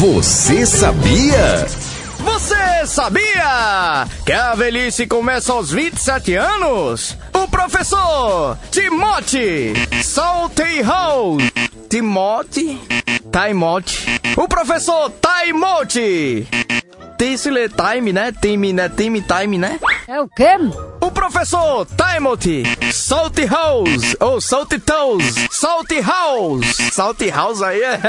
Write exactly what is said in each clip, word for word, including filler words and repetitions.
Você sabia? Você sabia que a velhice começa aos vinte e sete anos? O professor Timothy Saltyhouse Timothy Timothy O professor Timothy Tem-se ler time, né? Time, né? Time, time, né? É o quê? O professor Timothy Saltyhouse ou Saltytoes Saltyhouse Saltyhouse aí é...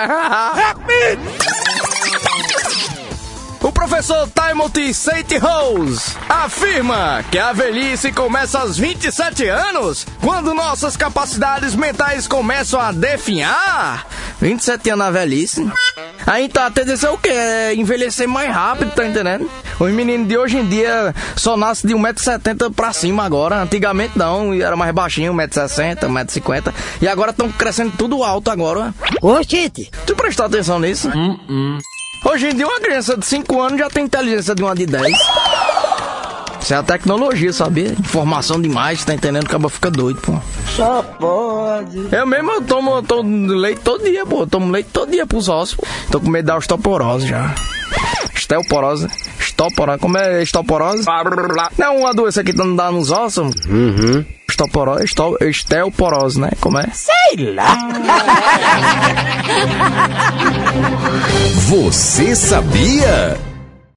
O professor Timothy Saltyhouse afirma que a velhice começa aos vinte e sete anos, quando nossas capacidades mentais começam a definhar. vinte e sete anos na velhice. Aí tá, a tendência é o quê? É envelhecer mais rápido, tá entendendo? Os meninos de hoje em dia só nascem de um metro e setenta pra cima agora. Antigamente não, era mais baixinho, um metro e sessenta, um metro e cinquenta. E agora estão crescendo tudo alto agora. Ô, Tite! Tu prestou atenção nisso? Hum, hum. Hoje em dia uma criança de cinco anos já tem inteligência de uma de dez. Isso é a tecnologia, sabia? Informação demais, tá entendendo? O cara fica doido, pô. Só pode. Eu mesmo eu tomo, eu tomo leite todo dia, pô. Eu tomo leite todo dia pros ossos, pô. Tô com medo da osteoporose já. Osteoporose. Osteoporose. Como é osteoporose? Não, uma doença que não dá nos ossos. Uhum. Osteoporose. Osteoporose, né? Como é? Sei lá. Você sabia?